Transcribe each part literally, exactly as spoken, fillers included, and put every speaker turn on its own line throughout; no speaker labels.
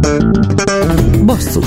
Basszus.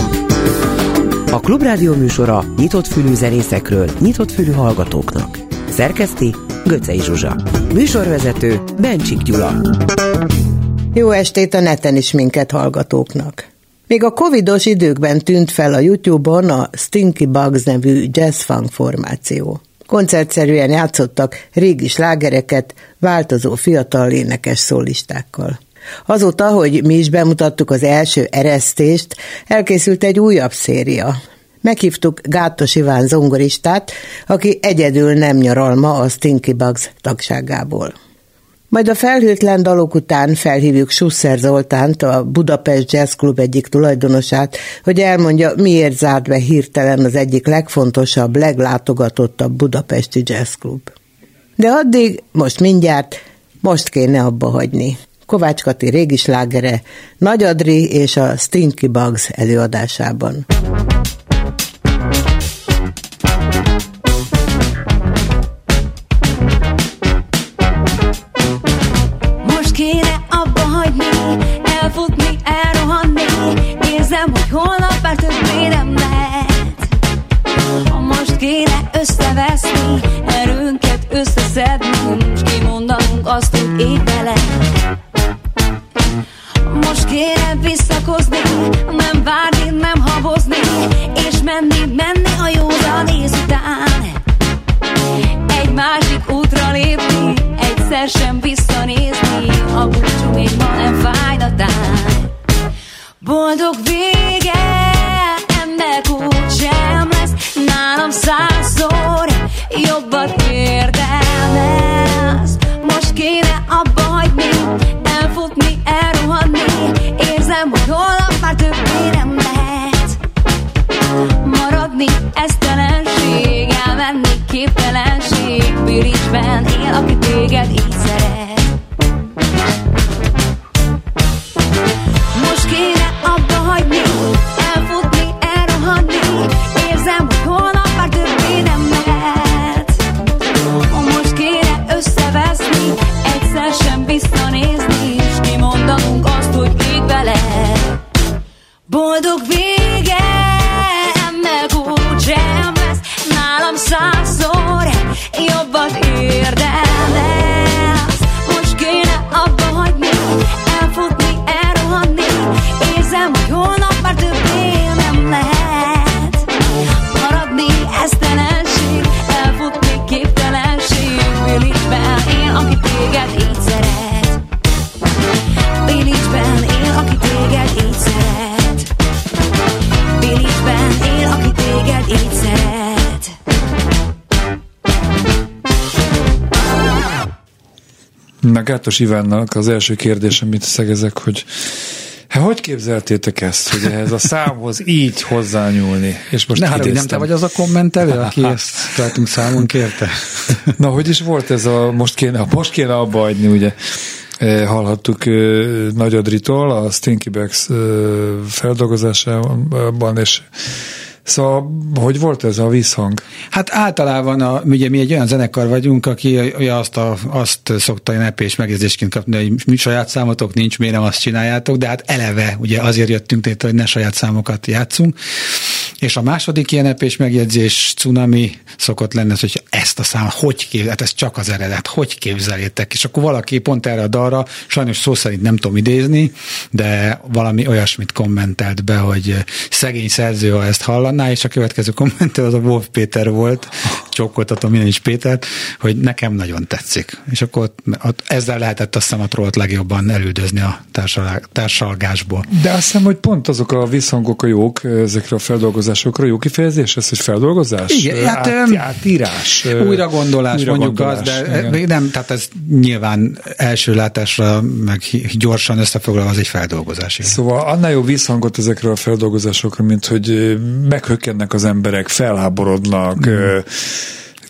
A Klubrádió műsora nyitott fülű zenészekről, nyitott fülű hallgatóknak. Szerkeszti Göcsei Zsuzsa. Műsorvezető Bencsik Gyula.
Jó estét a neten is minket hallgatóknak. Még a covidos időkben tűnt fel a YouTube-on a Stinky Bugs nevű jazz-funk formáció. Koncertszerűen játszottak régi slágereket változó fiatal énekes szólistákkal. Azóta, hogy mi is bemutattuk az első eresztést, elkészült egy újabb széria. Meghívtuk Gátos Iván zongoristát, aki egyedül nem nyaral ma a Stinky Bugs tagságából. Majd a felhőtlen dalok után felhívjuk Susser Zoltánt, a Budapest Jazz Club egyik tulajdonosát, hogy elmondja, miért zárt be hirtelen az egyik legfontosabb, leglátogatottabb budapesti jazz klub. De addig, most mindjárt, most kéne abba hagyni. Kovács Kati régi slágere, Nagy Adri és a Stinky Bugs előadásában.
Most kéne abba hagyni, elfutni, elrohanni, érzem, hogy holnap már többé nem lehet. Most kéne összeveszni, erőnket összeszedni, és kimondanunk azt, hogy épp lehet. Most kéne visszakozni, nem várni, nem habozni, és menni, menni a józan ész után. Egy másik útra lépni, egyszer sem visszanézni, a búcsú még ma nem fájdatán. Boldog vége, ennek úgy sem lesz, nálam százszor jobbat érdemelsz. Most kéne abba hagyni, elfutni, elrohanni, érzem, hogy holnap már többé nem lehet. Maradni esztelenség, elmenni képtelenség, biricsben él, aki téged így szeret. Most kéne abba hagyni, elfutni, elrohanni, érzem, hogy holnap már többé nem lehet. Most kéne összeveszni, egyszer sem visszanézni, és kimondanunk azt, hogy végbe lehet. Boldog vége, ennek úgy sem lesz, nálam százszor jobbat érdemelsz. Most kéne abba hagyni, elfutni, elrohanni, érzem, hogy holnap már többé nem lehet. Maradni esztelenség, elfutni képtelenség, Bilicsben él, aki téged így szeret. Bilicsben él, aki téged így szeret. Bilicsben él, aki téged így szeret.
Na, Gátos Ivánnak az első kérdés, amit szegezek, hogy hát hogy képzeltétek ezt, hogy ehhez a számhoz így hozzányúlni? És most
ne haragudj, nem te vagy az a kommentelő, aki ezt rajtunk számon kérte?
Na, hogy is volt ez a most kéne, most kéne abba adni, ugye? Hallhattuk Nagy Adritól a Stinky Bugs feldolgozásában, és szóval, hogy volt ez a visszhang?
Hát általában a, ugye mi egy olyan zenekar vagyunk, aki azt, a, azt szokta ilyen epés megjegyzésként kapni, hogy mi saját számotok nincs, miért nem azt csináljátok, de hát eleve ugye azért jöttünk létre, hogy ne saját számokat játszunk. És a második ilyen epés megjegyzés cunami szokott lenni, hogy ezt a számot hogy képzel, hát ez csak az eredet, hogy képzeljétek? És akkor valaki pont erre a dalra, sajnos szó szerint nem tudom idézni, de valami olyasmit kommentelt be, hogy szegény szerző, ha ezt hallaná, és a következő kommentel az a Wolf Péter volt, csókoltatom én is Pétert, hogy nekem nagyon tetszik. És akkor ott, ott ezzel lehetett azt hiszem a trollt legjobban elüldözni a társalgásból.
De azt hiszem, hogy pont azok a visszhangok a jók ezekre a feldolgozásokra, jó kifejezés ez, hogy feldolgozás?
Igen, hát, Át, átírás. Újra gondolás, újra mondjuk gondolás, az, de igen. Nem, tehát ez nyilván első látásra, meg gyorsan összefoglalva az egy feldolgozás. Igen.
Szóval annál jó visszhangot ezekre a feldolgozásokra, mint hogy meghökkennek az emberek, felháborodnak, mm.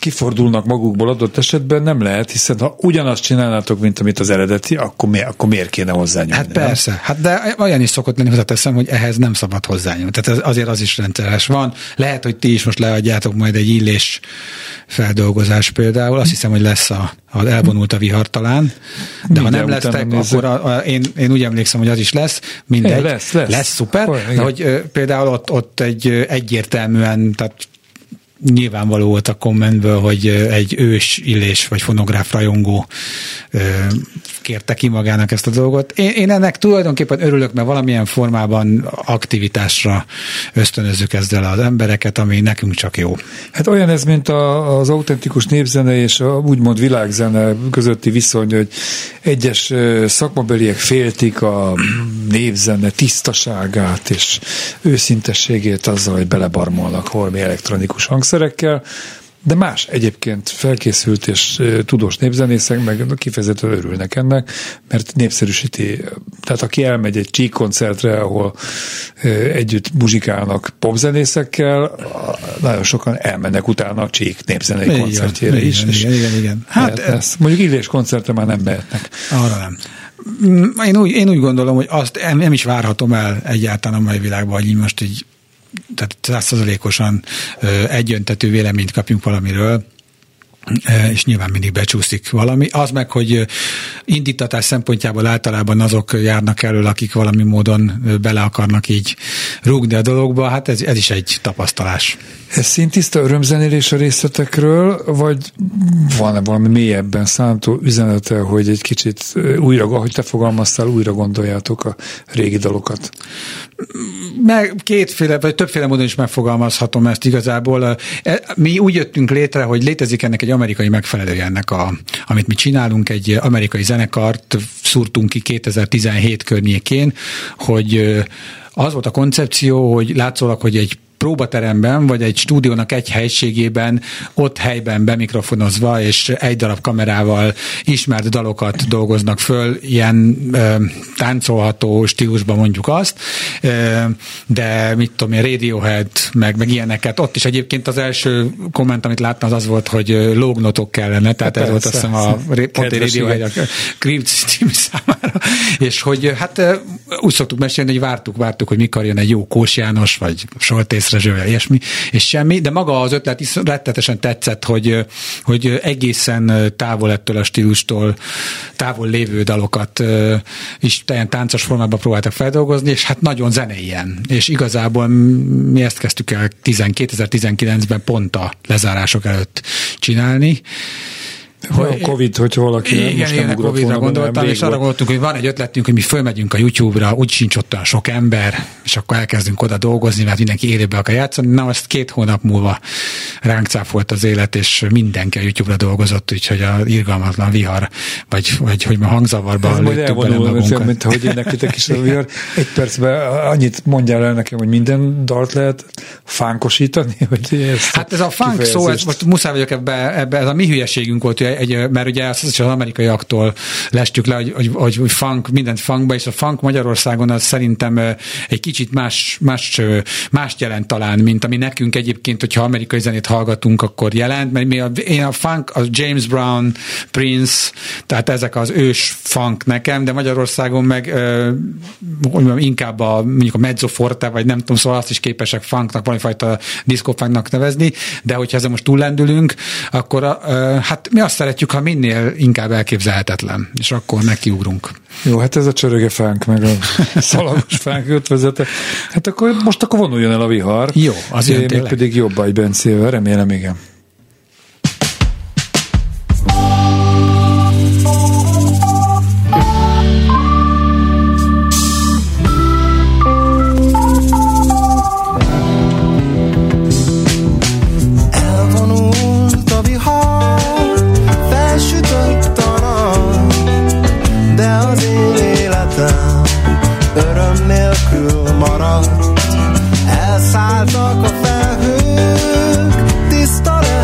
kifordulnak magukból adott esetben, nem lehet, hiszen ha ugyanazt csinálnátok, mint amit az eredeti, akkor, mi, akkor miért kéne hozzányúlni?
Hát persze, nem? Hát de olyan is szokott lenni, hozzáteszem, hogy ehhez nem szabad hozzányúlni. Tehát azért az is rendszeres van. Lehet, hogy ti is most leadjátok majd egy illés feldolgozás például. Azt hiszem, hogy lesz a, a elvonult a vihar talán. De ha nem lesztek, akkor a, a, én, én úgy emlékszem, hogy az is lesz. Mindegy. É, lesz, lesz. Lesz, szuper. Olyan, de hogy ö, például ott, ott egy egyértelműen, tehát nyilvánvaló volt a kommentből, hogy egy ős illés vagy fonográf rajongó ö, kérte ki magának ezt a dolgot. Én, én ennek tulajdonképpen örülök, mert valamilyen formában aktivitásra ösztönözzük ezzel az embereket, ami nekünk csak jó.
Hát olyan ez, mint a, az autentikus népzene és a úgymond világzene közötti viszony, hogy egyes szakmabeliek féltik a népzene tisztaságát és őszintességét azzal, hogy belebarmolnak holmi elektronikus hangszerekkel, de más egyébként felkészült és tudós népzenészek meg kifejezetten örülnek ennek, mert népszerűsíti. Tehát aki elmegy egy Csík koncertre, ahol együtt muzsikálnak popzenészekkel, nagyon sokan elmennek utána a Csík népzenei igen, koncertjére igen, is.
Igen, igen, igen.
Hát ez, mondjuk Illés koncertre már nem mehetnek.
Arra nem. Én úgy, én úgy gondolom, hogy azt nem is várhatom el egyáltalán a mai világban, hogy most így tehát százszerzalékosan egyöntetű véleményt kapjunk valamiről, és nyilván mindig becsúszik valami. Az meg, hogy indítatás szempontjából általában azok járnak elől, akik valami módon bele akarnak így rúgni a dologba, hát ez, ez is egy tapasztalás.
Ez szintiszta örömzenélés a részletekről, vagy van-e valami mélyebben szántó üzenete, hogy egy kicsit újra, ahogy te fogalmaztál, újra gondoljátok a régi dalokat?
Meg kétféle, vagy többféle módon is megfogalmazhatom ezt igazából. Mi úgy jöttünk létre, hogy létezik ennek egy amerikai megfelelője ennek, a, amit mi csinálunk, egy amerikai zenekart szúrtunk ki kétezer-tizenhét környékén, hogy az volt a koncepció, hogy látszólag, hogy egy próbateremben, vagy egy stúdiónak egy helységében, ott helyben bemikrofonozva, és egy darab kamerával ismert dalokat dolgoznak föl, ilyen ö, táncolható stílusban mondjuk azt, ö, de mit tudom én, Radiohead, meg, meg ilyeneket. Ott is egyébként az első komment, amit láttam, az az volt, hogy lógnotok kellene, tehát ez volt azt hiszem a pont egy Radiohead a Creep című számára, és hogy hát úgy szoktuk mesélni, hogy vártuk, vártuk, hogy mikor jön egy jó Kós János, vagy Soltész Rezsővel, ilyesmi, és semmi, de maga az ötlet is rettetesen tetszett, hogy, hogy egészen távol ettől a stílustól távol lévő dalokat is ilyen táncos formában próbáltak feldolgozni, és hát nagyon zeneien. És igazából mi ezt kezdtük el kétezer-tizenkilencben pont a lezárások előtt csinálni.
Hogy, a Covid, hogyha valaki
igen, most nem igen, ugrott Covidra volna, gondoltam, és arra gondoltunk, hogy van egy ötletünk, hogy mi fölmegyünk a YouTube-ra, úgy sincs ott olyan sok ember, és akkor elkezdünk oda dolgozni, mert mindenki élőbe akar játszani. Na, azt két hónap múlva ránk cáfolt az élet, és mindenki a YouTube-ra dolgozott, úgyhogy a irgalmatlan vihar, vagy, vagy hogy ma hangzavarban lőttük bele magunkat.
Mint ahogy éneklitek is a vihar. Egy percben annyit mondjál el nekem, hogy minden dalt lehet fánkosítani? Hogy
hát ez a funk szó, ez most muszáj vagyok ebbe, ebbe, ez a mi hülyeségünk volt, egy, mert ugye az, az amerikaiaktól lestük le, hogy, hogy, hogy, hogy funk, mindent funkba, és a funk Magyarországon az szerintem egy kicsit más, más, mást jelent talán, mint ami nekünk egyébként, hogyha amerikai zenét hallgatunk, akkor jelent, mert mi a, én a funk, az James Brown, Prince, tehát ezek az ős funk nekem, de Magyarországon meg mondjam, inkább a, mondjuk a mezzoforte, vagy nem tudom, szóval azt is képesek funknak, valamifajta diszkófunknak nevezni, de hogyha ezzel most túllendülünk, akkor a, hát mi azt szeretjük, ha minél inkább elképzelhetetlen, és akkor nekiugrunk.
Jó, hát ez a csöröge fánk, meg a szalagos fánk ötvezete. Hát akkor most akkor vonuljon el a vihar.
Jó, az jön tényleg.
Pedig jobb egy Bencével, remélem, igen.
Elszálltak a felhők, tiszta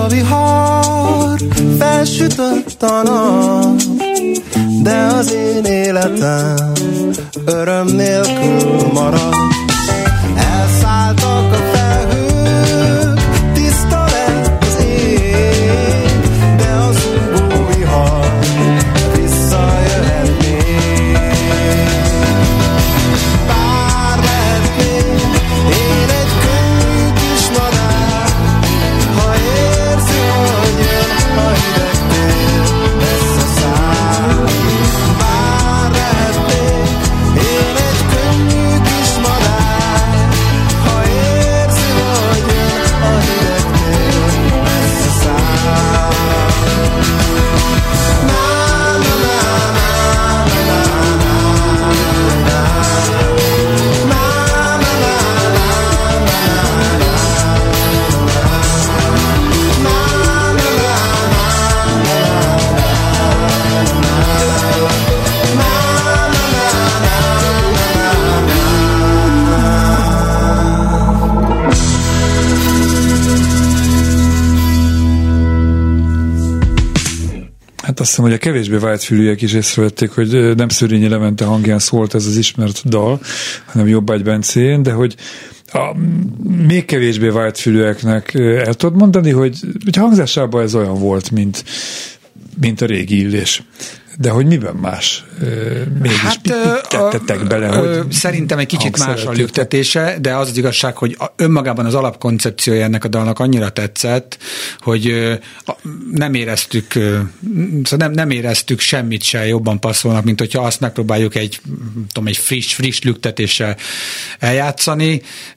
a vihar, felsütött a nap, de az én életem öröm nélkül marad. Elszálltak a felhők, tiszta lett az ég, de az zúgó vihar visszajöhet még. Bár lehetnék én egy könnyű kis madár, ha érzi, hogy jön a hideg tél, messze száll. Bár lehetnék én egy könnyű kis madár, ha érzi, hogy jön a hideg tél, messze száll. Na, na, na, na, na, na, na,
Hát azt hiszem, hogy a kevésbé vágyfülűek is észrevették, hogy nem Szörényi Levente hangján szólt ez az ismert dal, hanem Jobbágy Bencén, de hogy a még kevésbé vágyfülűeknek el tudod mondani, hogy, hogy hangzásában ez olyan volt, mint, mint a régi Illés. De hogy miben más? Mégis hát, mit, mit tettetek bele? Hogy
szerintem egy kicsit más a lüktetése, de az az igazság, hogy önmagában az alapkoncepciója ennek a dalnak annyira tetszett, hogy nem éreztük, szóval nem, nem éreztük semmit se jobban passzolnak, mint hogyha azt megpróbáljuk egy, tudom, egy friss, friss lüktetéssel eljátszani.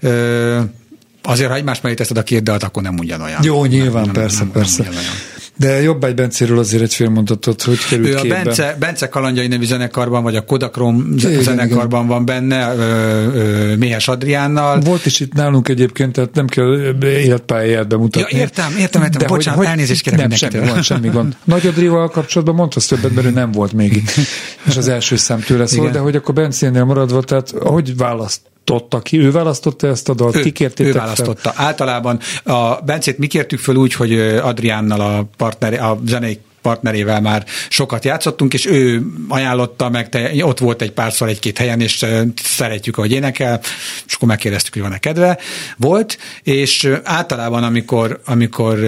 Azért, ha egymás mellé teszed a két dalt, akkor nem ugyanolyan.
Jó, nyilván,
nem,
persze,
nem,
persze.
Nem
de Jobbágy Bencéről azért egy fél mondatot, hogy került
ő a
képbe.
Bence, Bence Kalandjai nevű zenekarban, vagy a Kodakrom zenekarban igen. van benne, ö, ö, Méhes Adriánnal.
Volt is itt nálunk egyébként, tehát nem kell életpályáját bemutatni.
Ja, értem, értem, értem. De bocsánat, hogy, elnézést kérek
nem,
mindenkitől.
semmi gond, semmi gond. Nagy Adrival kapcsolatban mondtasz többet, mert ő nem volt még itt. És az első szám tőle szól, de hogy akkor Bencénél maradva, tehát hogy választ Totta ki, ő választotta ezt a dalt,
ő,
kikértétek
ő választotta. Fel? Általában a Bencét mi kértük föl úgy, hogy Adriánnal a partner, a zenei partnerével már sokat játszottunk, és ő ajánlotta meg, te, ott volt egy párszor egy-két helyen, és szeretjük, ahogy énekel, és akkor megkérdeztük, hogy van-e kedve. Volt, és általában, amikor, amikor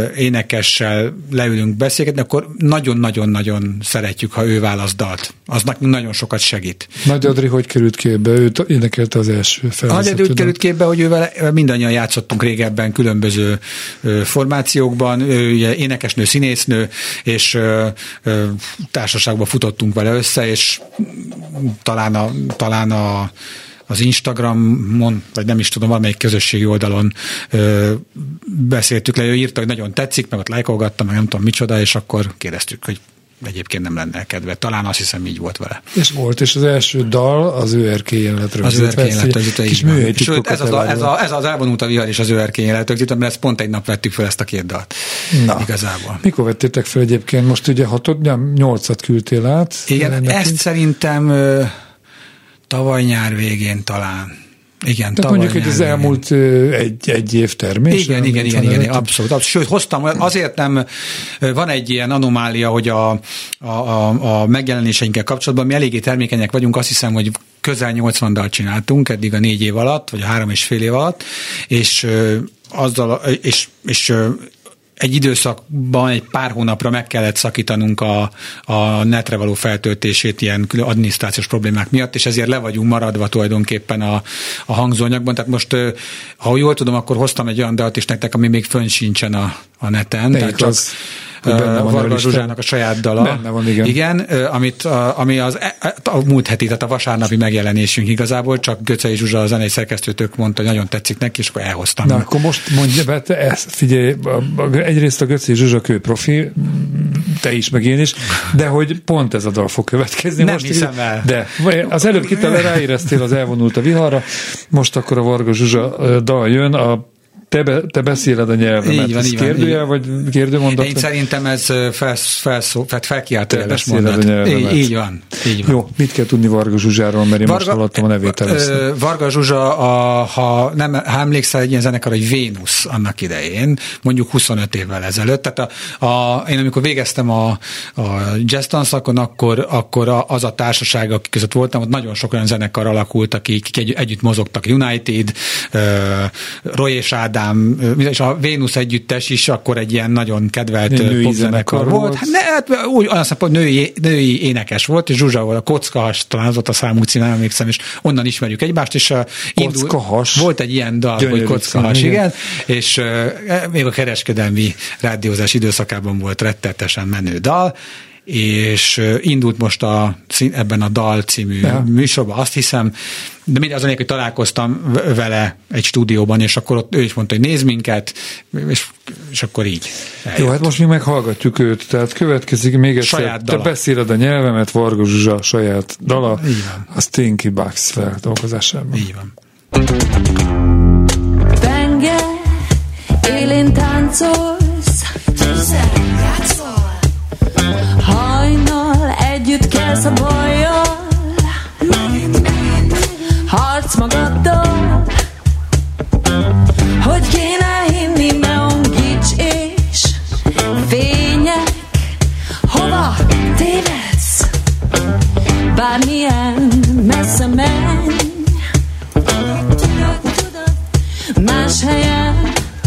énekessel leülünk beszélgetni, akkor nagyon-nagyon-nagyon szeretjük, ha ő választ dalt. Az nagyon sokat segít.
Nagy Adri hogy került képbe? Ő énekelte az első felvezetőt.
Nagy Adri úgy került képbe, hogy ővel mindannyian játszottunk régebben különböző formációkban, ő ugye énekesnő, színésznő, és ö, ö, társaságban futottunk vele össze, és talán, a, talán a, az Instagramon, vagy nem is tudom, valamelyik közösségi oldalon ö, beszéltük le, ő írta, hogy nagyon tetszik, meg ott lájkolgatta, meg nem tudom micsoda, és akkor kérdeztük, hogy egyébként nem lenne kedve. Talán azt hiszem így volt vele.
És volt, és az első dal az ő erkély jelenet
Az ő erkély jelenet rögzítve.
Kis műhelyi
Sőt, ez az, a, ez, a, ez az Elvonult a vihar és az ő erkély jelenet rögzítve, mert ezt pont egy nap vettük fel ezt a két dalt. Na. Igazából.
Mikor vettétek fel egyébként? Most ugye hatod, nem, nyolcat küldtél át.
Igen, ezt nekünk? Szerintem ö, tavaly nyár végén talán. Igen,
tehát mondjuk, hogy az elmúlt egy, egy év termés.
Igen, igen, igen, igen, abszolút, abszolút. Sőt, hoztam, azért nem, van egy ilyen anomália, hogy a, a, a, a megjelenéseinkkel kapcsolatban mi eléggé termékenyek vagyunk, azt hiszem, hogy közel nyolcvan dalt csináltunk eddig a négy év alatt, vagy a három és fél év alatt, és azzal, és, és egy időszakban egy pár hónapra meg kellett szakítanunk a, a netre való feltöltését ilyen külön adminisztrációs problémák miatt, és ezért le vagyunk maradva tulajdonképpen a, a hangzóanyagban. Tehát most, ha jól tudom, akkor hoztam egy olyan dalt is nektek, ami még fönn sincsen a, a neten. Tehát csak
az,
Varga Zsuzsának a saját dala.
Benne van, igen.
Igen, amit, ami az, a múlt heti, tehát a vasárnapi megjelenésünk igazából, csak Göcsei Zsuzsa, a zenei szerkesztőtök mondta, hogy nagyon tetszik neki, és akkor elhoztam.
Na, akkor most mondja, mert ezt figyelj, egyrészt a Göcsei Zsuzsa kőprofi, te is, meg én is, de hogy pont ez a dal fog következni.
Nem
most
hiszem el.
De az előbb kitele ráéreztél az Elvonult a viharra, most akkor a Varga Zsuzsa dal jön, a te, be, te beszéled a nyelvemet.
Így van,
ez
így van,
kérdőjel,
így.
vagy kérdőmondat?
Én szerintem ez felsz, felszó, tehát felkiáltójeles
beszéled
mondat.
a nyelvemet.
Így, így van. Így van.
Jó, mit kell tudni Varga Zsuzsáról, mert én
Varga,
most hallottam a nevét először.
ö, Varga Zsuzsa, a, ha nem ha emlékszel, egy ilyen zenekar, hogy Vénusz annak idején, mondjuk huszonöt évvel ezelőtt. Tehát a, a, én amikor végeztem a, a jazz tanszakon, akkor, akkor a, az a társaság, akik között voltam, ott nagyon sok olyan zenekar alakult, akik, akik egy, együtt mozogtak. United, uh, Roy és Ádám, uh, és a Vénusz együttes is akkor egy ilyen nagyon kedvelt
női
popzenekar volt. volt. Hát, ne, hát úgy, olyan szempont női, női énekes volt, és Zsuzsa volt, a Kockahas, talán az ott a számú cím, nem emlékszem, és onnan ismerjük egymást, és a indul,
Kockahas.
volt egy ilyen dal,
Gyönyörű
hogy Kockahas,
cím,
igen, és uh, még a kereskedelmi rádiózás időszakában volt rettetesen menő dal, és indult most a, ebben a Dal című ja. műsorban, azt hiszem, de mindig az a hogy találkoztam vele egy stúdióban, és akkor ott ő is mondta, hogy nézd minket, és, és akkor így eljött.
Jó, hát most mi meghallgatjuk őt, tehát következik még egyszer,
saját
te
dala.
Beszéled a nyelvemet, Varga Zsuzsa saját dala, a Stinky Bugs feldolgozásában.
Így van.
Penge, élén táncolsz, játszol, hajnal együtt kelsz a bajjal, harc magaddal, hogy kéne hinni, meongíts és fények, hova tévedsz, bármilyen messze menj, más helyen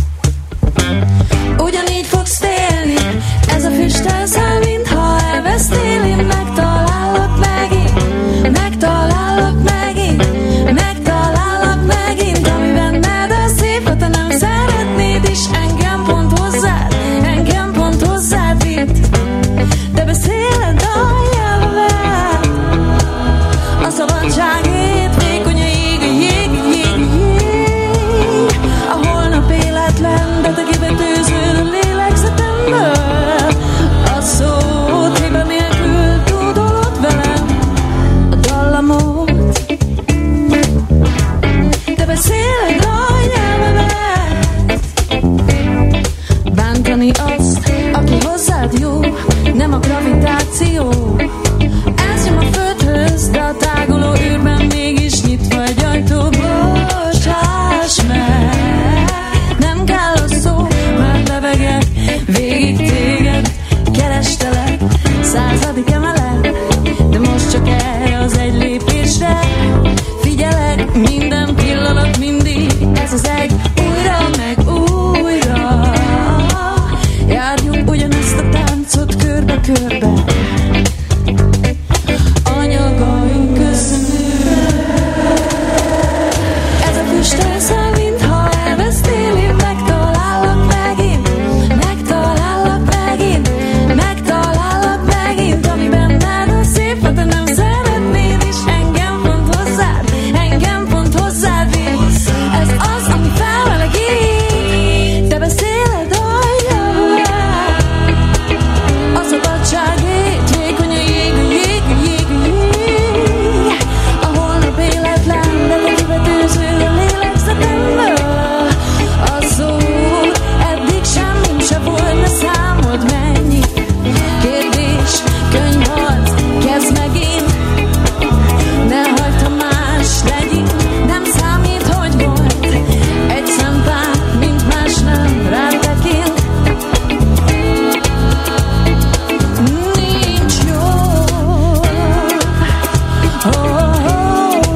ugyanígy fogsz félni, ez a füstölszám, mintha elvesztél, én megtalállak megint, megtalállak megint, megtalállak megint, ami benned a szép, ha te nem szeretnéd is, engem pont hozzád, engem pont hozzád vitt, de beszéled a nyelvemet, a szabadságét, vékony a jég, a jég, a jég, a jég, a holnap életlen, de te kibetűzöd a lélegzetemből, a szót hiba nélkül tudod velem a dallamot, de beszéled a nyelvemet, bántani azt, aki hozzád jó, nem a gravitáció, ez sem a földhöz, de a táguló űrben mégis nyitva egy ajtó, bocsáss meg, nem kell a szó, mert levegek, végig téged, kerestelek, századik emelet, de most csak erre az egy lépésre, figyelek, minden pillanat mindig, ez az egy, újra meg újra, járjuk ugyanezt a táncot körbe-körbe, anyagaink köszönő, ez a füstölszám, mintha elvesztél, én megtalállak megint, megtalállak megint, megtalállak megint, ami benned a szép, ha te nem szeretnéd is, engem pont hozzád, engem pont hozzád visz, ez az, ami felmelegít, te beszéled a nyelvemet, a szabadságét, vékony a jég, a jég, a jég, a jég, a holnap életlen, de te kibetűzöd a lélegzetemből, a szót eddig semmi se volt, ne számold mennyi, kérdés, könyvharc, kezd megint, ne hagyd, ha más legyint, nem számít, hogy volt, egy szempár, mint más nem, rád tekint, nincs jó. Oh, oh, oh,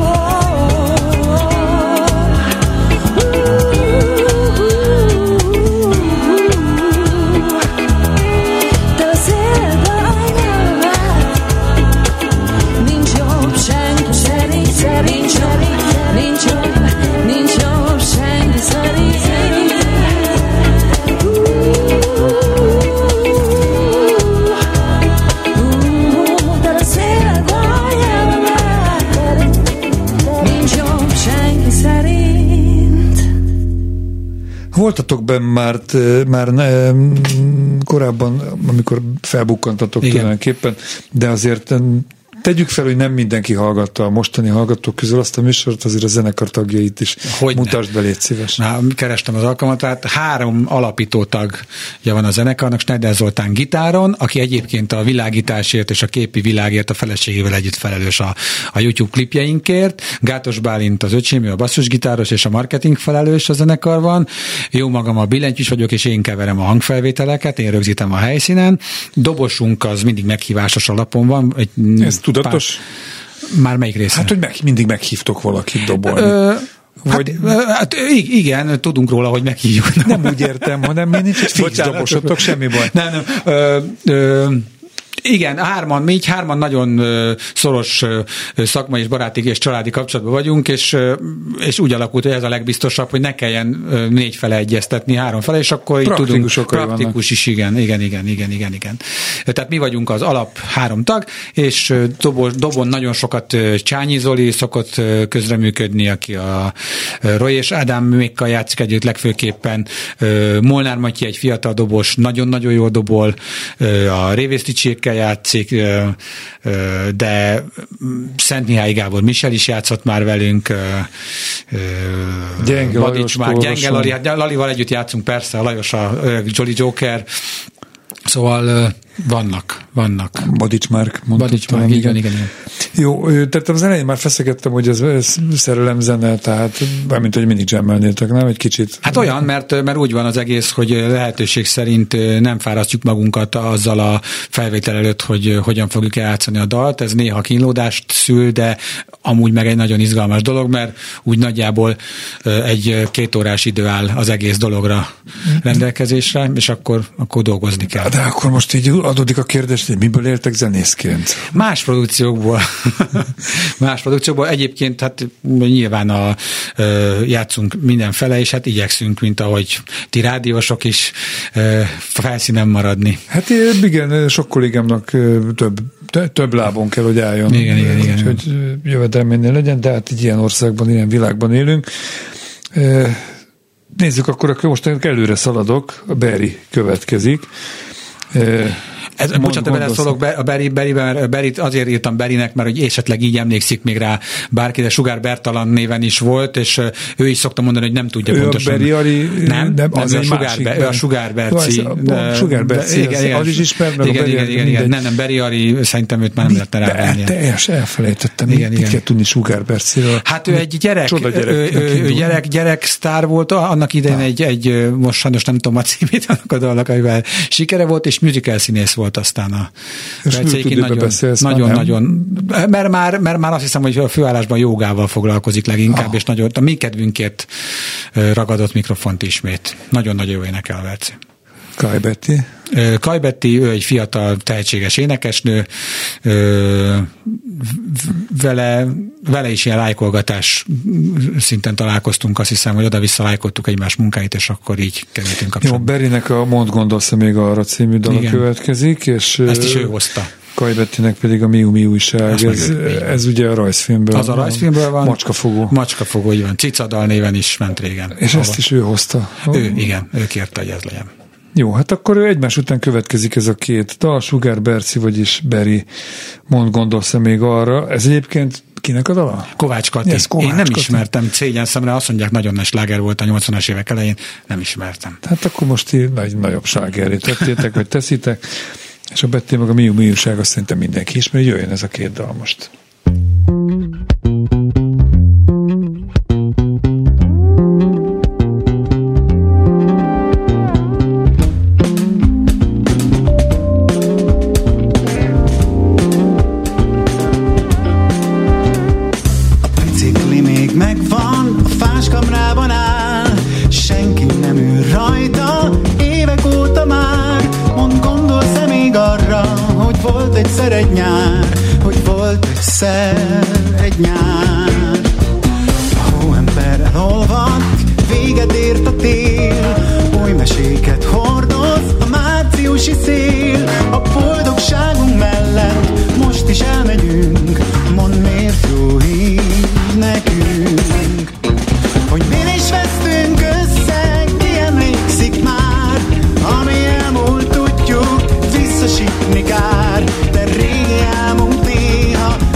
te beszéled a nyelvemet, nincs jobb senki szerint, szerint, szerint, nincs jobb, nincs jobb senki szerint. Te beszéled a nyelvemet, nincs jobb senki szerint.
Voltatok benn már, már ne, korábban, amikor felbukkantatok
Igen.
tulajdonképpen, de azért Tegyük fel, hogy nem mindenki hallgatta a mostani hallgatók közül azt a műsort, azért a zenekar tagjait is
Hogyne.
mutasd be, légy szíves.
Na, kerestem az alkalmat, tehát három alapító tagja van a zenekarnak, Schneider Zoltán gitáron, aki egyébként a világításért és a képi világért a feleségével együtt felelős a, a YouTube klipjeinkért, Gátos Bálint az öcsém, ő a basszusgitáros és a marketing felelős a zenekarban, jó magam a billentyűs vagyok, és én keverem a hangfelvételeket, én rögzítem a helyszínen, dobosunk az mindig meghívásos alapon van. Egy
Ez tudatos?
Pár, már melyik része?
Hát, hogy meg, mindig meghívtok valakit dobolni.
Ö,
Vagy...
Hát, hát igen, tudunk róla, hogy meghívjuk.
Nem úgy értem, hanem mi nincs egy fix
Bocsánat.
dobosotok, semmi baj.
Nem, nem. Ö, ö, igen, hárman, mi így hárman nagyon ö, szoros ö, szakmai és baráti és családi kapcsolatban vagyunk, és, ö, és úgy alakult, hogy ez a legbiztosabb, hogy ne kelljen ö, négy fele egyeztetni, három fele, és akkor így tudunk. Praktikus vannak. Is, igen, igen, igen, igen, igen, igen. Tehát mi vagyunk az alap három tag, és ö, dobon, dobon nagyon sokat ö, Csányi Zoli szokott ö, közreműködni, aki a ö, Roy és Ádám Mékkal játszik együtt legfőképpen, ö, Molnár Matyi egy fiatal dobos, nagyon-nagyon jól dobol, ö, a Révészticsékkel játszik, de Szent Mihály Gábor Michel is játszott már velünk.
Gyenge Lajos,
már Gyenge Lali, hát Lalival együtt játszunk persze, a Lajos a Jolly Joker, szóval vannak, vannak.
Badics Márk.
Badics Márk, igen, igen, igen.
Jó, tehát az elején már feszegettem, hogy ez, ez szerelemzene, tehát mint hogy mindig jammelnétek, nem? Egy kicsit.
Hát olyan, mert, mert úgy van az egész, hogy lehetőség szerint nem fárasztjuk magunkat azzal a felvétel előtt, hogy hogyan fogjuk eljátszani a dalt. Ez néha kínlódást szül, de amúgy meg egy nagyon izgalmas dolog, mert úgy nagyjából egy két órás idő áll az egész dologra rendelkezésre, és akkor, akkor dolgozni kell.
De akkor most így adódik a kérdés, hogy miből éltek zenészként?
Más produkciókból. Más produkciókból. Egyébként hát nyilván a, ö, játszunk mindenfele, és hát igyekszünk, mint ahogy ti rádiósok is ö, felszínen maradni.
Hát igen, sok kollégámnak több, több lábon kell, hogy álljon.
Igen, igen, igen.
Hogy jövedelménél legyen, de hát így ilyen országban, ilyen világban élünk. Nézzük, akkor most előre szaladok, a Barry következik.
Ez, bocsánat, beleszólok, a Barry, Barry, Barryt azért írtam Barrynek, mert hogy esetleg így emlékszik még rá bárki, de Sugár Bertalan néven is volt, és ő is szokta mondani, hogy nem tudja
ő
pontosan.
A Barry, Ari,
nem, nem,
az
ő,
egy
a Sugár, Be, ő a Sugár Berci.
A Sugár Berci, igen, igen, az is ismert meg.
Igen,
a
igen, igen, igen. Nem, nem, Barry Ari, szerintem őt már nem lehetne rávenni.
Teljes, elfelejtettem.
Igen,
mit kell tudni Sugár Berciről?
Hát ő egy gyerek, ő gyerek, gyerek sztár volt, annak idején egy, egy most sajnos nem tudom a címét annak a dalnak, amivel sikere volt, és musical színész volt aztán a nagyon, nagyon, nagyon, mert már, mert már azt hiszem, hogy a főállásban jogával foglalkozik leginkább, ah. és nagyon, a mi kedvünkért ragadott mikrofont ismét. Nagyon-nagyon jó énekel a Verci.
Kaj Betty.
Kaj Betty, ő egy fiatal, tehetséges énekesnő, vele, vele is ilyen lájkolgatás szinten találkoztunk, azt hiszem, hogy oda-vissza lájkoltuk egymás munkáit, és akkor így kerültünk kapcsolatba.
Jó, Barrynek a Mond gondolsz még arra című dala következik, és
ezt is ő hozta.
Kaj Bettynek pedig a Miu Miu újság. Ez, ez ugye a rajzfilmből.
Az a rajzfilmből van.
Macskafogó.
Macskafogó, így van. Cicadal néven is ment régen.
És ahol. Ezt is ő hozta.
Ő, igen, ő kérte, hogy ez legyen.
Jó, hát akkor egymás után következik ez a két dal, Sugár Berci, vagyis Barry, Mond gondolsz még arra. Ez egyébként kinek a dala?
Kovács Kati.
Yes, Kovács
Én nem
Kati.
ismertem, szégyen szemre, azt mondják, nagyon nagy sláger volt a nyolcvanas évek elején, nem ismertem.
Hát akkor most így nagy, nagyobb slágerré tettétek, vagy teszitek, és a Betty meg a Miu Miu újság, azt szerintem mindenki ismeri, jöjjön ez a két dal most.
Egyszer egy nyár, hogy volt egyszer egy nyár. A hóember elolvadt, véget ért a tél, oly meséket hordoz a márciusi szél. A boldogságunk mellett most is elmegyünk, mondd miért jó így nekünk. Hogy mi is vesztünk össze, ki emlékszik már, ami elmúlt tudjuk, visszasítni kár. Régi álmunk néha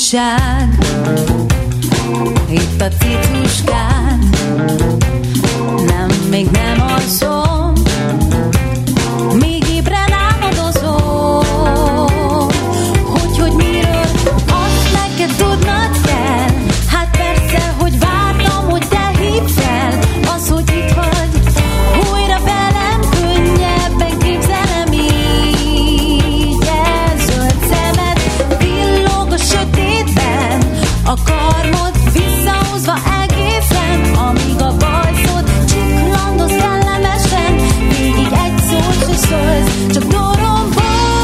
újság, itt a citruskán. Nem, még nem alszom, még ébren álmodozom. Hogy, hogy miről, azt neked tudnod kell. Hát persze, hogy vártam, hogy te hívd fel. Az, hogy itt vagy, újra velem könnyebben képzelem így. Ez zöld szemed villog a sötétben, a karmod visszahúzva egészen, amíg a bajszod csiklandoz kellemesen. Végig egy szót se szólsz, csak dorombolsz,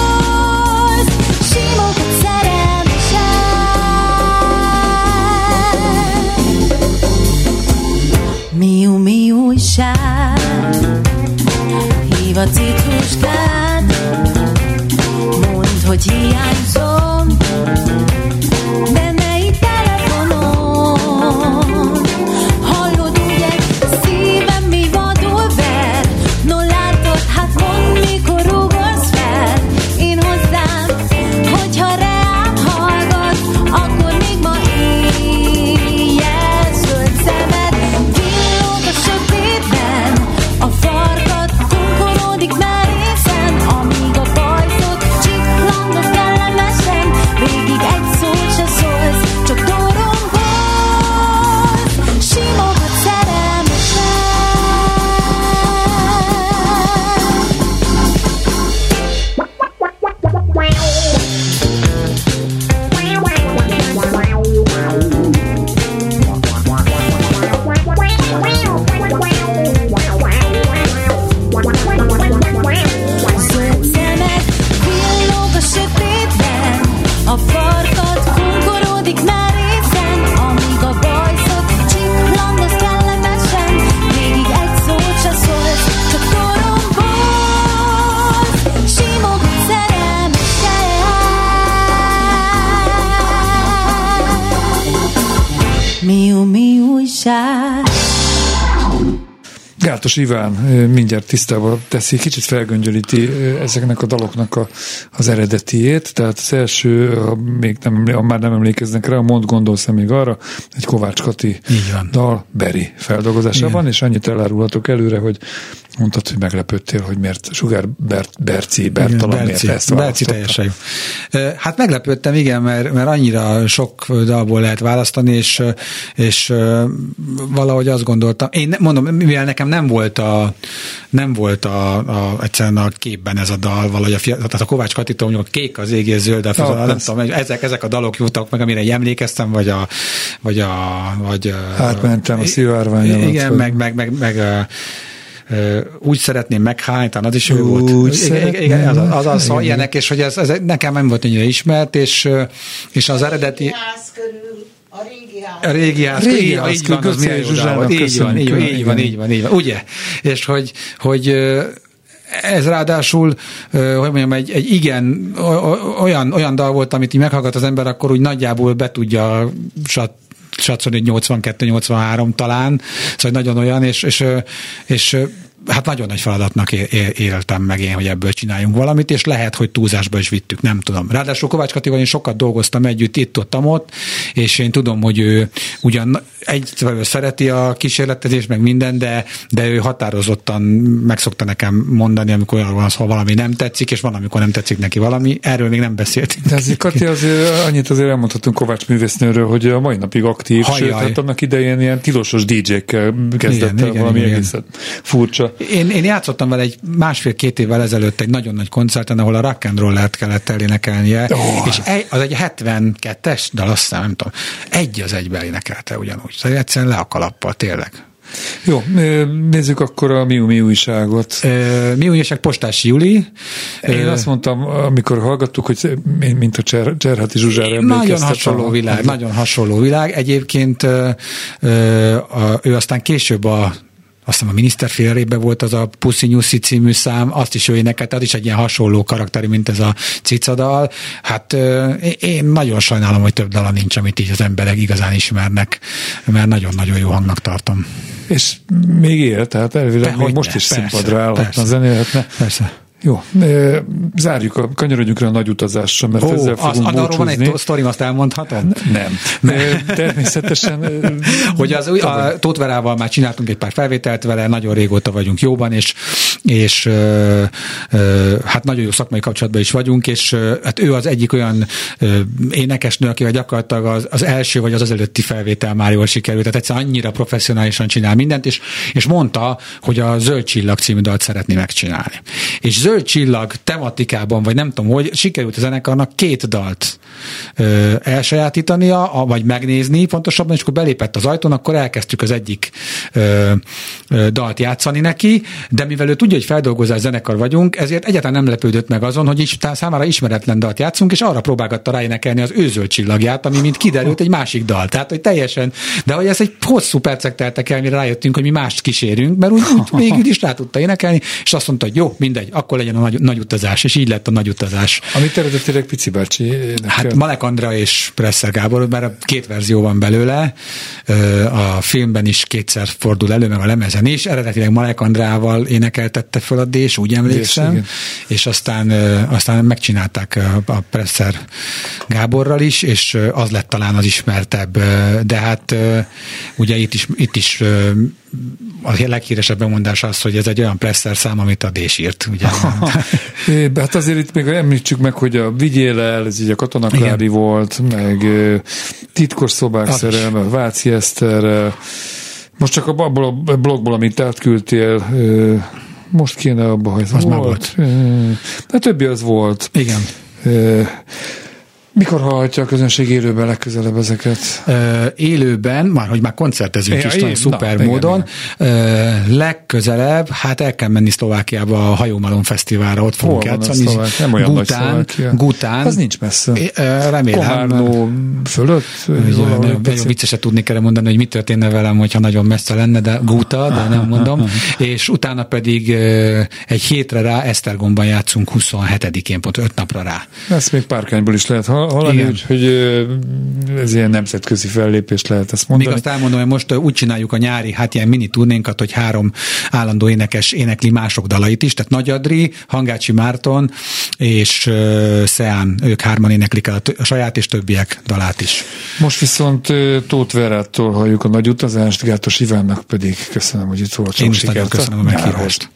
simogat szerelmesen. Miu, mi újság, hív a citruskát, mondd, hogy hiányzom, de ne így telefonon. Hallod, ugye, szívem mi vadul ver. No látod, hát mondd, mikor rúgolsz fel. Én hozzám, hogyha reám hallgatsz, akkor még ma éjjel. Zöld szemed villog a sötétben, a farkad kunkorodik merészen, amíg a bajszod csiklandoz kellemesen. Végig egy szót se szólsz, csak dorongolsz, simogat szerelmesen. Zöld szemed villog a sötétben, a farkad kunkorodik merészen, amíg a bajszod csiklandoz kellemesen. Végig egy szót se szólsz, csak dorongolsz, simogat szerelmesen. Miu, mi újság.
Gátos Iván mindjárt tisztába teszi, kicsit felgöngyölíti ezeknek a daloknak a, az eredetiét, tehát az első, ha, még nem, ha már nem emlékeznek rá, a Mond gondolsz még arra, egy Kovács Kati dal Beri feldolgozásában, igen. És annyit elárulhatok előre, hogy mondtad, hogy meglepődtél, hogy miért Sugár Bert, Berci, Bertalan miért ezt
Berci teljesen jó. Hát meglepődtem, igen, mert, mert annyira sok dalból lehet választani, és, és valahogy azt gondoltam, én mondom, mivel nekem nem volt a, nem volt a, a, egyszerűen a képben ez a dal, valahogy a, tehát a Kovács Katitól mondjuk a kék az ég és zöld, a, ah, nem tudom, ezek, ezek a dalok jutottak meg, amire emlékeztem, vagy a, vagy a, vagy
átmentem a szivárványomat.
Igen, meg, meg, meg, meg Uh, úgy szeretném meghálni, talán az is ő volt.
Úgy
igen, igen, az, az, az szóval ilyenek, és hogy ez, ez nekem nem volt annyira ismert, és, és az eredeti...
Ház körül, a régi ház.
A régi ház,
régi
így,
ház
így van, az milyen jó dal volt. Így van, így van, így van, így van, így van, ugye? És hogy, hogy ez ráadásul, hogy mondjam, egy, egy igen, olyan, olyan dal volt, amit így meghallgat az ember, akkor úgy nagyjából be tudja sat satszolni, hogy nyolcvankettő nyolcvanhárom talán, szóval nagyon olyan, és, és, és hát nagyon nagy feladatnak éltem meg én, hogy ebből csináljunk valamit, és lehet, hogy túlzásba is vittük, nem tudom. Ráadásul Kovács Katival én sokat dolgoztam együtt, itt-ott, ott, és én tudom, hogy ő ugyan egyszerűen szereti a kísérletezést, meg minden, de, de ő határozottan meg szokta nekem mondani, amikor olyan van, ha valami nem tetszik, és van, amikor nem tetszik neki valami. Erről még nem beszéltünk.
De azért, Kati, azért annyit azért elmondhatunk Kovács művésznőről, hogy a mai napig aktív,
Hajjaj.
Sőt, hát annak idején ilyen tilosos dé dzsékkel kezdett
igen,
el
igen,
valami
igen,
egészen furcsa.
Én, én játszottam vele egy másfél-két évvel ezelőtt egy nagyon nagy koncerten, ahol a rock and roll-et kellett elénekelnie, oh. és egy, az egy hetvenkettes dal, azt hiszem, nem tudom, egy az egybe énekelte ugyanúgy. Szóval egyszerűen le a kalappal, tényleg.
Jó, nézzük akkor a Miu Mi újságot.
Mi újság, Postási Juli.
Én azt mondtam, amikor hallgattuk, hogy mint a Cser, Cserháti Zsuzsára emlékeztet.
Nagyon hasonló világ, a... nagyon hasonló világ. Egyébként ő aztán később a azt hiszem a miniszterfélrében volt az a Pussy Nyuszi című szám, azt is ő énekelt, az is egy ilyen hasonló karakteri, mint ez a cicadal. Hát én nagyon sajnálom, hogy több dala nincs, amit így az emberek igazán ismernek, mert nagyon-nagyon jó hangnak tartom.
És még él, tehát elvileg még most
ne,
is
persze,
színpadra állhatna, zenélhetne.
Persze.
Jó, zárjuk, a, kanyarodjunk rá a nagy utazásra, mert
Ó,
ezzel fogunk
az, arról van egy sztorim, azt elmondhatom?
Nem. Természetesen.
Hogy az, a Tóth Verával már csináltunk egy pár felvételt vele, nagyon régóta vagyunk jóban, és, és ö, ö, hát nagyon jó szakmai kapcsolatban is vagyunk, és ö, hát ő az egyik olyan ö, énekesnő, akivel gyakorlatilag az, az első vagy az az előtti felvétel már jól sikerült, tehát egyszerűen annyira professzionálisan csinál mindent, és, és mondta, hogy a Zöld Csillag című dalt szeretné megcsinálni. És Zöld Csillag tematikában, vagy nem tudom, hogy sikerült a zenekarnak két dalt ö, elsajátítania, a, vagy megnézni pontosabban, és akkor belépett az ajtón, akkor elkezdtük az egyik ö, ö, dalt játszani neki, de mivel ő tudja, hogy feldolgozás zenekar vagyunk, ezért egyáltalán nem lepődött meg azon, hogy is, számára ismeretlen dalt játszunk, és arra próbálgatta ráénekelni az ő Zöld Csillagját, ami mint kiderült egy másik dal. Tehát, hogy teljesen, de hogy ez egy hosszú percek teltek el, mire rájöttünk, hogy mi mást kísérünk, mert úgy, úgy végül is rá tudta énekelni, és azt mondta, hogy jó, mindegy, akkor legyen a nagy, nagy utazás, és így lett a nagy utazás.
Amit eredetileg Pici bácsi énekel.
Hát Malek Andra és Presser Gábor, mert két verzió van belőle, a filmben is kétszer fordul elő, meg a lemezen is, eredetileg Malek Andrával énekeltette föl a Dés, úgy emlékszem, és, és aztán, aztán megcsinálták a Presser Gáborral is, és az lett talán az ismertebb, de hát ugye itt is, itt is a leghíresebb bemondás az, hogy ez egy olyan Presser szám, amit a Dés írt. Ugye?
Hát azért itt még említsük meg, hogy a Vigyél el, ez így a Katonaklári volt, meg Titkos szobák szerelme, Váci Eszter, most csak abból a blogból, amit átküldtél, most kéne abba, hogy az volt. volt. De többi az volt.
Igen.
Mikor hallhatja a közönség élőben legközelebb ezeket?
Ö, élőben, már hogy már koncertezünk é, is nagyon szuper na, módon.
Igen,
Ö, legközelebb, hát el kell menni Szlovákiába a Hajómalom Fesztiválra, ott fogunk
hol
játszani.
Nem olyan
Gután,
nagy Szlovákia.
Gután.
Az nincs messze.
É, remélem.
Komárnó fölött.
Nagyon vicceset tudni kell mondani, hogy mi történne velem, hogyha nagyon messze lenne, de Guta, de nem mondom. És utána pedig egy hétre rá Esztergomban játszunk huszonhetedikén, pont öt napra rá.
Ezt még Párkányból is lehet hallani, úgy, hogy ez ilyen nemzetközi fellépés lehet ezt mondani.
Még azt elmondom, hogy most úgy csináljuk a nyári, hát ilyen mini turnénkat, hogy három állandó énekes énekli mások dalait is, tehát Nagy Adri, Hangácsi Márton és uh, Szeán, ők hárman éneklik el a, t- a saját és többiek dalát is.
Most viszont uh, Tóth Verától halljuk a nagy utazást, Gátos Ivánnak pedig köszönöm, hogy itt volt.
Én is nagyon köszönöm a meghívást.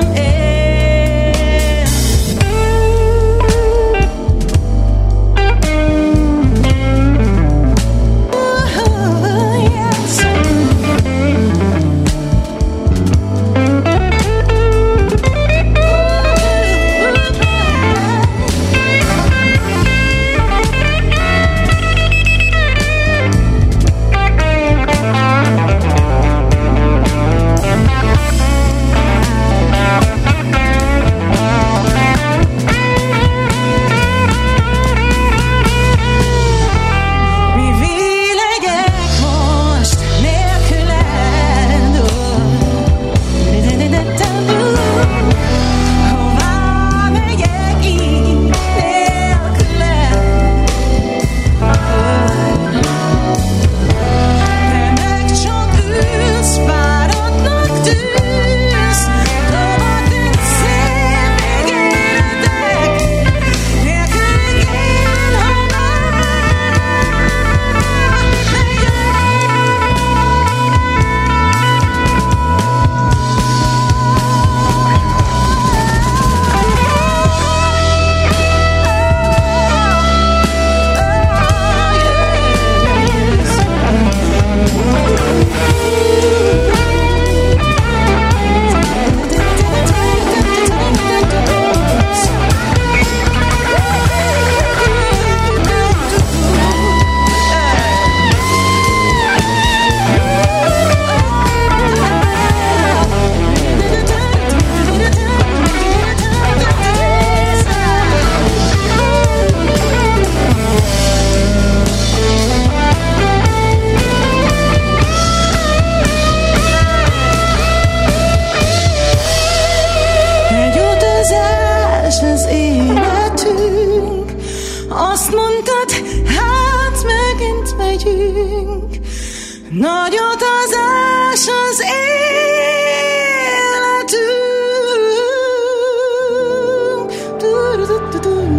Thank you.
Nagyot az ás az életünk.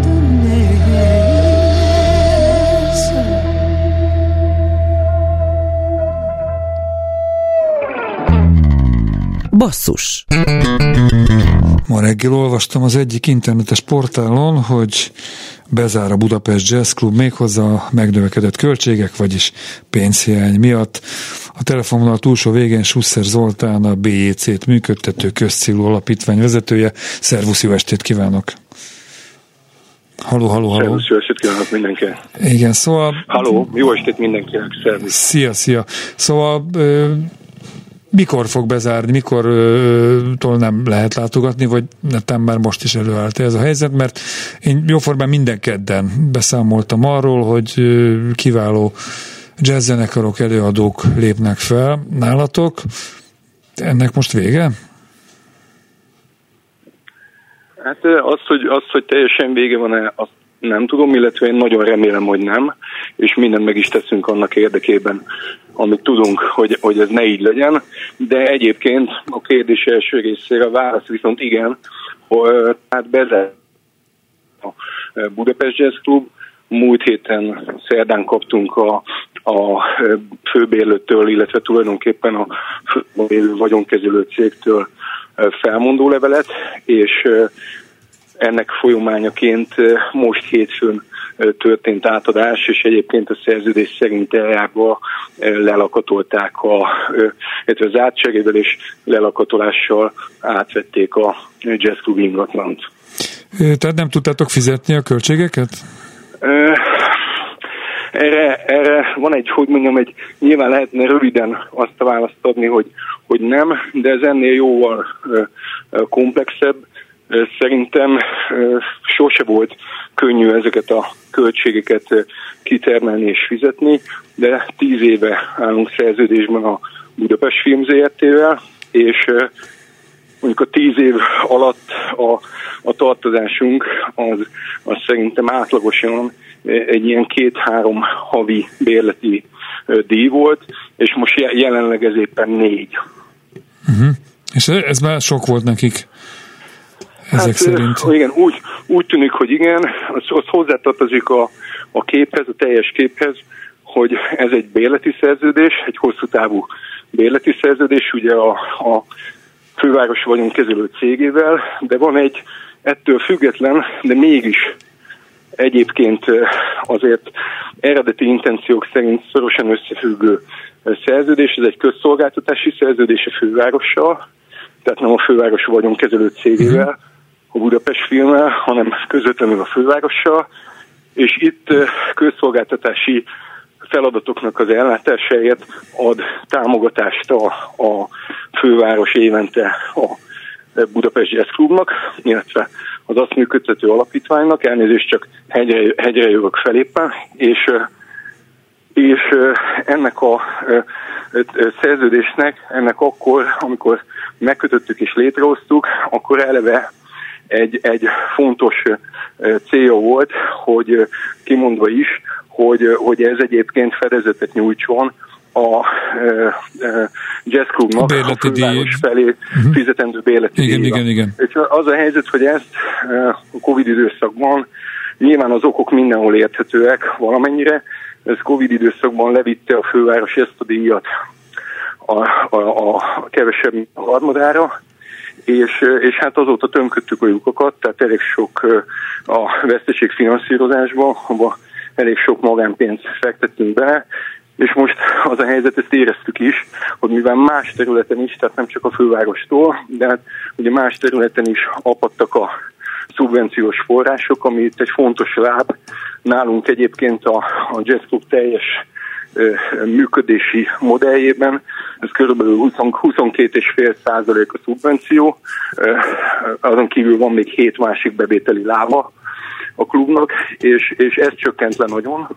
Basszus.
Ma reggel olvastam az egyik internetes portálon, hogy bezár a Budapest Jazz Club méghozzá a megnövekedett költségek, vagyis pénzhiány miatt. A telefonvonal túlsó végén Susser Zoltán, a bé jé cét működtető közcélú alapítvány vezetője. Szervusz, jó estét kívánok! Halló, halló, halló!
Szervusz, jó estét kívánok mindenkinek!
Igen, szóval...
Halló, jó estét mindenkinek, szervusz!
Szia, szia! Szóval... Ö, mikor fog bezárni, mikortól nem lehet látogatni, vagy netán már most is előállt ez a helyzet, mert én jóformán minden kedden beszámoltam arról, hogy kiváló jazzzenekarok, előadók lépnek fel nálatok. Ennek most vége?
Hát az, hogy, az, hogy teljesen vége van, azt nem tudom, illetve én nagyon remélem, hogy nem, és mindent meg is teszünk annak érdekében, amit tudunk, hogy, hogy ez ne így legyen, de egyébként a kérdés első részére a válasz viszont igen, hogy hát bezár a Budapest Jazz Club, múlt héten szerdán kaptunk a, a főbérlőtől, illetve tulajdonképpen a főbérlő vagyonkezelő cégtől felmondó levelet, és ennek folyamányaként most hétfőn történt átadás, és egyébként a szerződés szerint eljárva lelakatolták, a, illetve az átcserével és lelakatolással átvették a Jazz Club ingatlant.
Tehát nem tudtátok fizetni a költségeket?
Erre, erre van egy, hogy mondjam, egy, nyilván lehetne röviden azt a választ adni, hogy, hogy nem, de ez ennél jóval komplexebb. Szerintem sose volt könnyű ezeket a költségeket kitermelni és fizetni, de tíz éve állunk szerződésben a Budapest Film zé er té-vel, és mondjuk a tíz év alatt a, a tartozásunk az, az szerintem átlagosan egy ilyen két-három havi bérleti díj volt, és most jelenleg ez éppen négy.
Uh-huh. És ez már sok volt nekik? Ezek hát, szerint.
Igen, úgy, úgy tűnik, hogy igen, az, az hozzátartozik a, a képhez, a teljes képhez, hogy ez egy bérleti szerződés, egy hosszú távú bérleti szerződés, ugye a, a főváros vagyonkezelő cégével, de van egy ettől független, de mégis egyébként azért eredeti intenciók szerint szorosan összefüggő szerződés, ez egy közszolgáltatási szerződés a fővárossal, tehát nem a főváros vagyonkezelő cégével, a Budapest Filmmel, hanem közvetlenül a fővárossal, és itt közszolgáltatási feladatoknak az ellátásáért ad támogatást a, a főváros évente a Budapest Jazz Clubnak, illetve az azt működtető alapítványnak, elnézést csak hegyre, hegyre jövök feléppen, és, és ennek a szerződésnek, ennek akkor, amikor megkötöttük és létrehoztuk, akkor eleve egy, egy fontos célja volt, hogy kimondva is, hogy, hogy ez egyébként fedezetet nyújtson a Jazz Clubnak a főváros felé uh-huh. fizetendő bérleti
igen, igen, igen.
És az a helyzet, hogy ezt a Covid időszakban nyilván az okok mindenhol érthetőek valamennyire, ez Covid időszakban levitte a főváros ezt a díjat a, a, a kevesebb a harmadára, és, és hát azóta tömködtük a lyukakat, tehát elég sok a veszteség finanszírozásba, abba elég sok magánpénzt fektettünk bele, és most az a helyzet, ezt éreztük is, hogy mivel más területen is, tehát nem csak a fővárostól, de hát ugye más területen is apadtak a szubvenciós források, ami itt egy fontos láb. Nálunk egyébként a, a Jazz Club teljes ö, működési modelljében, ez kb. huszonkét egész öt százalék a szubvenció, ö, azon kívül van még hét másik bevételi lába a klubnak, és, és ez csökkent le nagyon.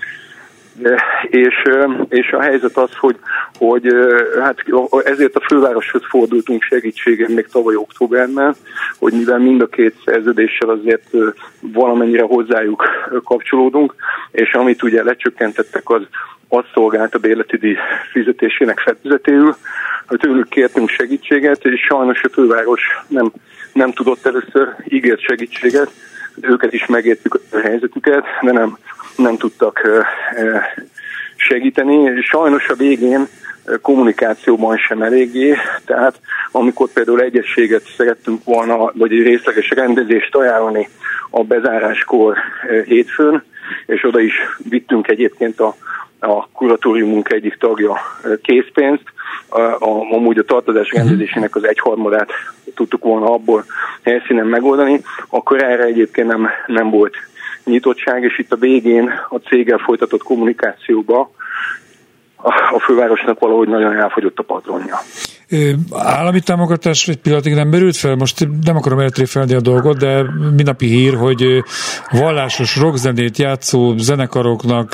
És, és a helyzet az, hogy, hogy hát ezért a fővároshoz fordultunk segítségén még tavaly októberben, hogy mivel mind a két szerződéssel azért valamennyire hozzájuk kapcsolódunk, és amit ugye lecsökkentettek az azt szolgált a bérleti díj fizetésének fedőzetéül, hogy tőlük kértünk segítséget, és sajnos a főváros nem, nem tudott először, ígért segítséget, őket is megértjük a helyzetüket, de nem, nem tudtak segíteni, és sajnos a végén kommunikációban sem eléggé, tehát amikor például egyességet szerettünk volna, vagy egy részleges rendezést ajánlani a bezáráskor hétfőn, és oda is vittünk egyébként a, a kuratóriumunk egyik tagja készpénzt, a, a, amúgy a tartozás rendezésének az egyharmadát tudtuk volna abból helyszínen megoldani, akkor erre egyébként nem, nem volt nyitottság, és itt a végén a céggel folytatott kommunikációba a fővárosnak valahogy nagyon elfogyott a patronja.
Állami támogatás egy pillanatig nem merült fel? Most nem akarom eltréfelni a dolgot, de mindennapi hír, hogy vallásos rockzenét játszó zenekaroknak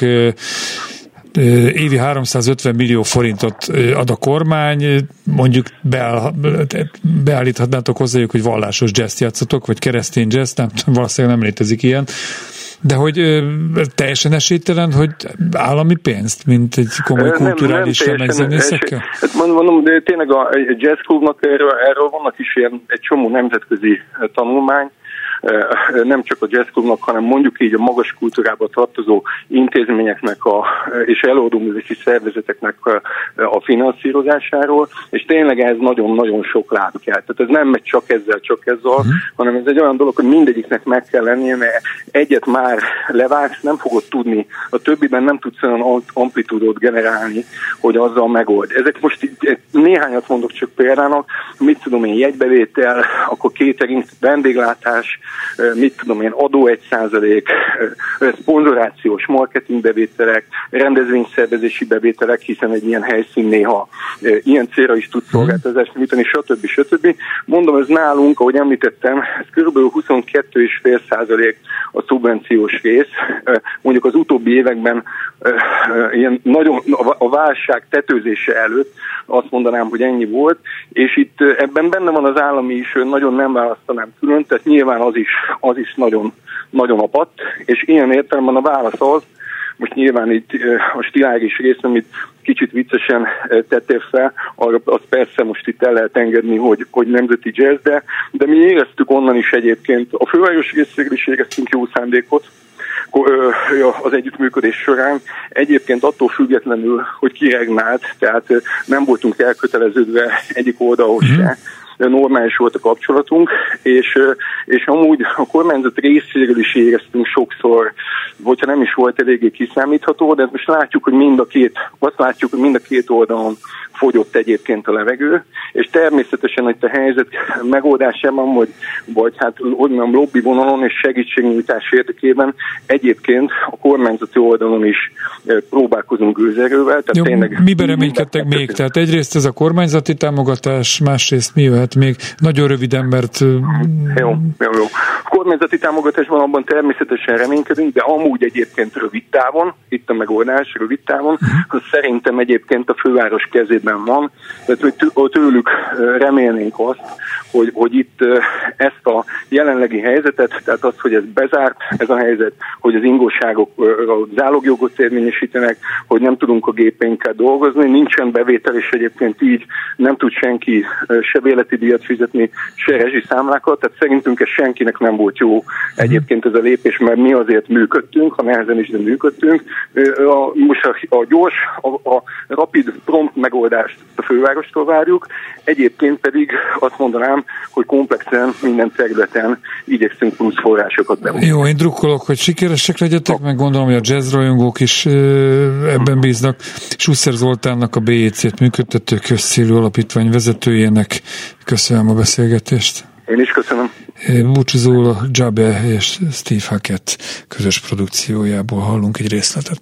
évi háromszázötven millió forintot ad a kormány, mondjuk beáll, beállíthatnátok hozzájuk, hogy vallásos jazzt játszatok, vagy keresztény jazz, nem, valószínűleg nem létezik ilyen. De hogy ö, teljesen esélytelen, hogy állami pénzt, mint egy komoly kulturális remegzenészekkel?
Hát mondom, de tényleg a jazzklubnak erről, erről vannak is ilyen egy csomó nemzetközi tanulmány, nem csak a jazzklubnak, hanem mondjuk így a magas kultúrába tartozó intézményeknek a, és előadóművési szervezeteknek a, a finanszírozásáról, és tényleg ez nagyon-nagyon sok láb kell. Tehát ez nem megy csak ezzel, csak ezzel, uh-huh. hanem ez egy olyan dolog, hogy mindegyiknek meg kell lennie, mert egyet már levágsz, nem fogod tudni, a többiben nem tudsz olyan amplitúdót generálni, hogy azzal megold. Ezek most néhányat mondok csak példának, mit tudom én, jegybevétel, akkor catering, vendéglátás, mit tudom én, adó egy százalék, szponzorációs marketingbevételek, rendezvényszervezési bevételek, hiszen egy ilyen helyszín néha ilyen célra is tud szolgáltatást nyújtani, stb. stb. Mondom, ez nálunk, ahogy említettem, ez kb. huszonkettő egész öt százalék a szubvenciós rész. Mondjuk az utóbbi években ilyen nagyon a válság tetőzése előtt azt mondanám, hogy ennyi volt, és itt ebben benne van az állami is, nagyon nem választanám külön, tehát nyilván az is, az is nagyon, nagyon apadt, és ilyen értelemben a válasz az, most nyilván itt a stilágis rész, amit kicsit viccesen tettél fel, arra azt persze most itt el lehet engedni, hogy, hogy nemzeti jazz, de, de mi éreztük onnan is egyébként, a főváros részéről is éreztünk jó szándékot az együttműködés során. Egyébként attól függetlenül, hogy kiregnált, tehát nem voltunk elköteleződve egyik oldalhoz se, normális volt a kapcsolatunk, és, és amúgy a kormányzat részéről is éreztünk sokszor, hogyha nem is volt eléggé kiszámítható, de most látjuk, hogy mind a két, azt látjuk, hogy mind a két oldalon fogyott egyébként a levegő, és természetesen itt a helyzet megoldásában, vagy, vagy hát hogy mondjam, lobby vonalon és segítségnyújtás érdekében egyébként a kormányzati oldalon is próbálkozunk gőzerővel. Tehát
jó,
tényleg
miben reménykedtek még? Tehát egyrészt ez a kormányzati támogatás, másrészt mi jöhet még? Nagyon röviden, mert...
Jó, jó, jó. A kormányzati támogatásban abban természetesen reménykedünk, de amúgy egyébként rövid távon, itt a megoldás rövid távon, az szerintem egyébként a főváros kezében van, tehát hogy tőlük remélnénk azt, hogy, hogy itt ezt a jelenlegi helyzetet, tehát az, hogy ez bezárt, ez a helyzet, hogy az ingóságok zálogjogot érvényesítenek, hogy nem tudunk a gépeinkkel dolgozni, nincsen bevétel, és egyébként így nem tud senki se bérleti díjat fizetni, se rezsiszámlákat, tehát szerintünk ez senkinek nem volt jó egyébként ez a lépés, mert mi azért működtünk, ha nehezen is, de működtünk. Most a, a gyors, a, a rapid, prompt megoldást a fővárostól várjuk, egyébként pedig azt mondanám, hogy komplexen minden területen igyekszünk plusz forrásokat behozni.
Jó, én drukkolok, hogy sikeresek legyetek, meg gondolom, hogy a jazzrajongók is ebben bíznak. Susser Zoltánnak, a bé jé cét működtető közcélú alapítvány vezetőjének köszönöm a beszélgetést.
Én is köszönöm.
Búcsúzó Jabe és Steve Hackett közös produkciójából hallunk egy részletet.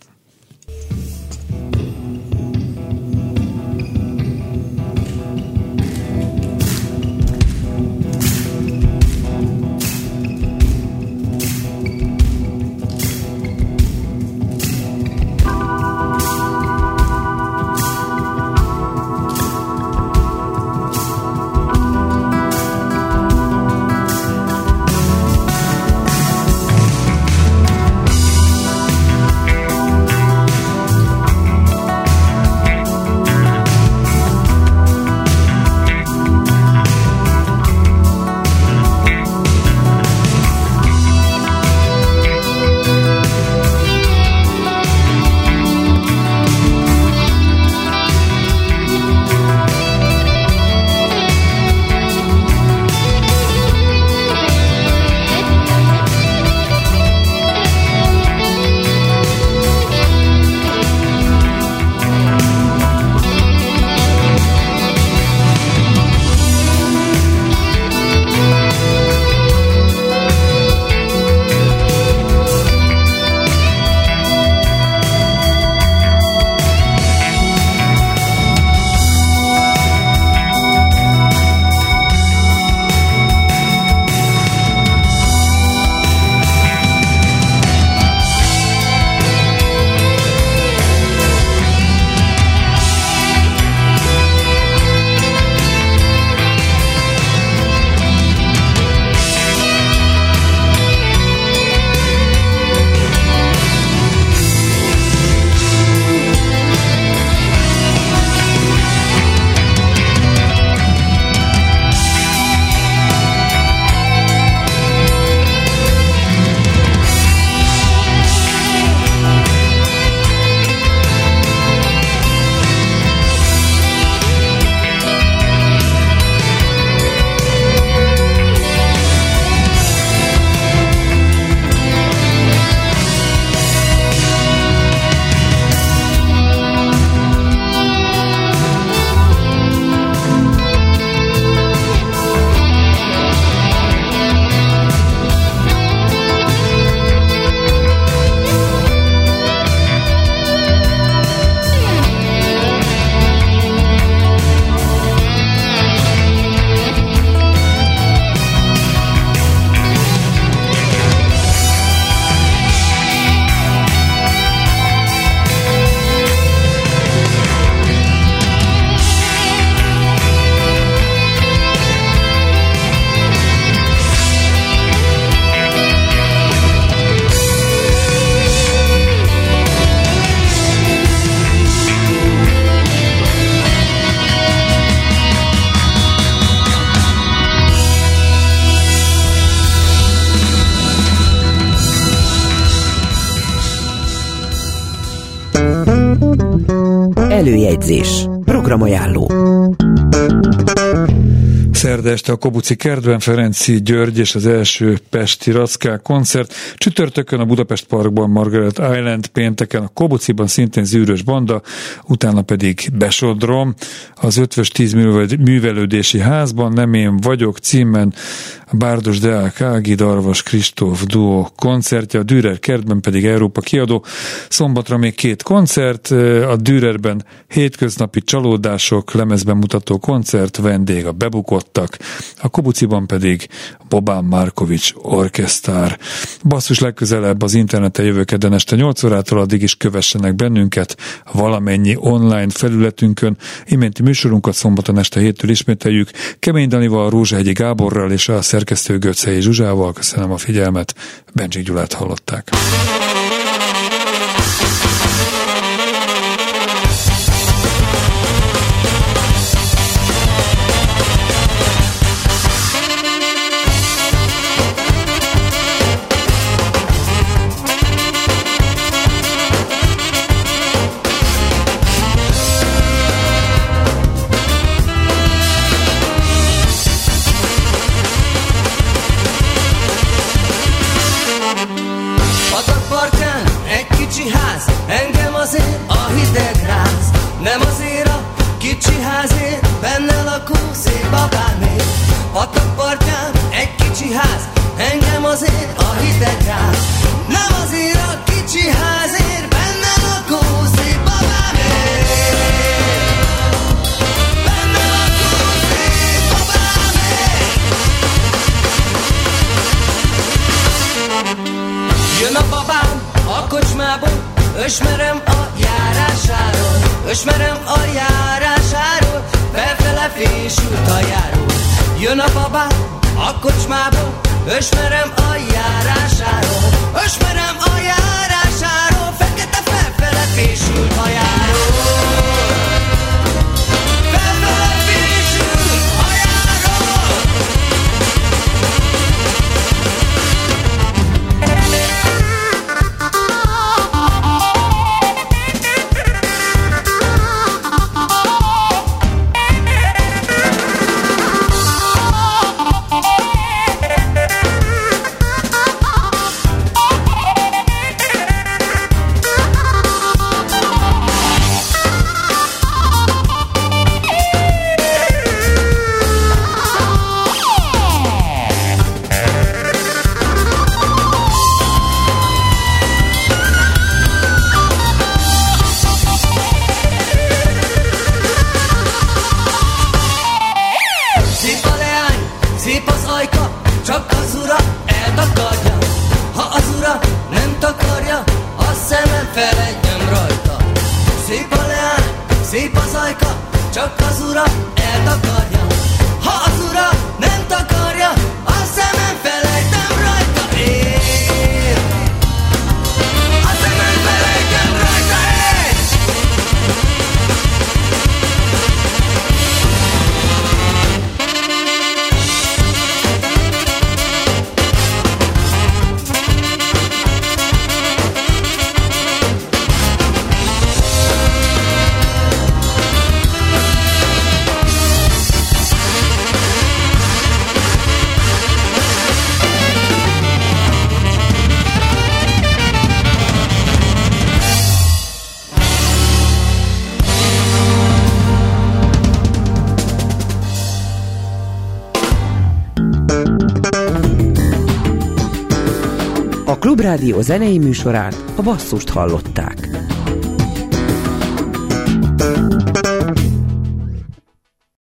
Thank
Előjegyzés. Programajánló.
Szerda este a Kobuci Kertben Ferenczy György és az első Pesti Rackák koncert, csütörtökön a Budapest Parkban Margaret Island, pénteken a Kobuciban szintén zűrös banda, utána pedig Besodrom, az Ötvös tíz művelődési házban, Nem én vagyok címen a Bárdos Deák Ági, Darvas Kristóf duó koncertje, a Dürer Kertben pedig Európa kiadó. Szombatra még két koncert, a Dürerben Hétköznapi csalódások lemezben mutató koncert, vendég a Bebukottak, a Kobuciban pedig Bobán Markovics orkesztár. Basszus legközelebb az interneten jövő kedden este nyolc órától, addig is kövessenek bennünket valamennyi online felületünkön. Iménti műsorunkat szombaton este héttől ismételjük. Kemény Danival, Rózsahegyi Gáborral és a szerkesztő Götzei Zsuzsával. Köszönöm a figyelmet. Bencsik Gyulát hallották.
Ösmerem a járásáról, ösmerem a járásáról, felfele fésült a járó. Jön a babám a kocsmából, ösmerem a járásáról, ösmerem a járásáról, fekete felfele fésült a járó. Felfele fésült a járó. Csak az ura eltakarja, ha az ura nem takarja, a szemem felejtem rajta én. A szemem felejtem rajta én.
A Klubrádió zenei műsorát, a Basszust hallották.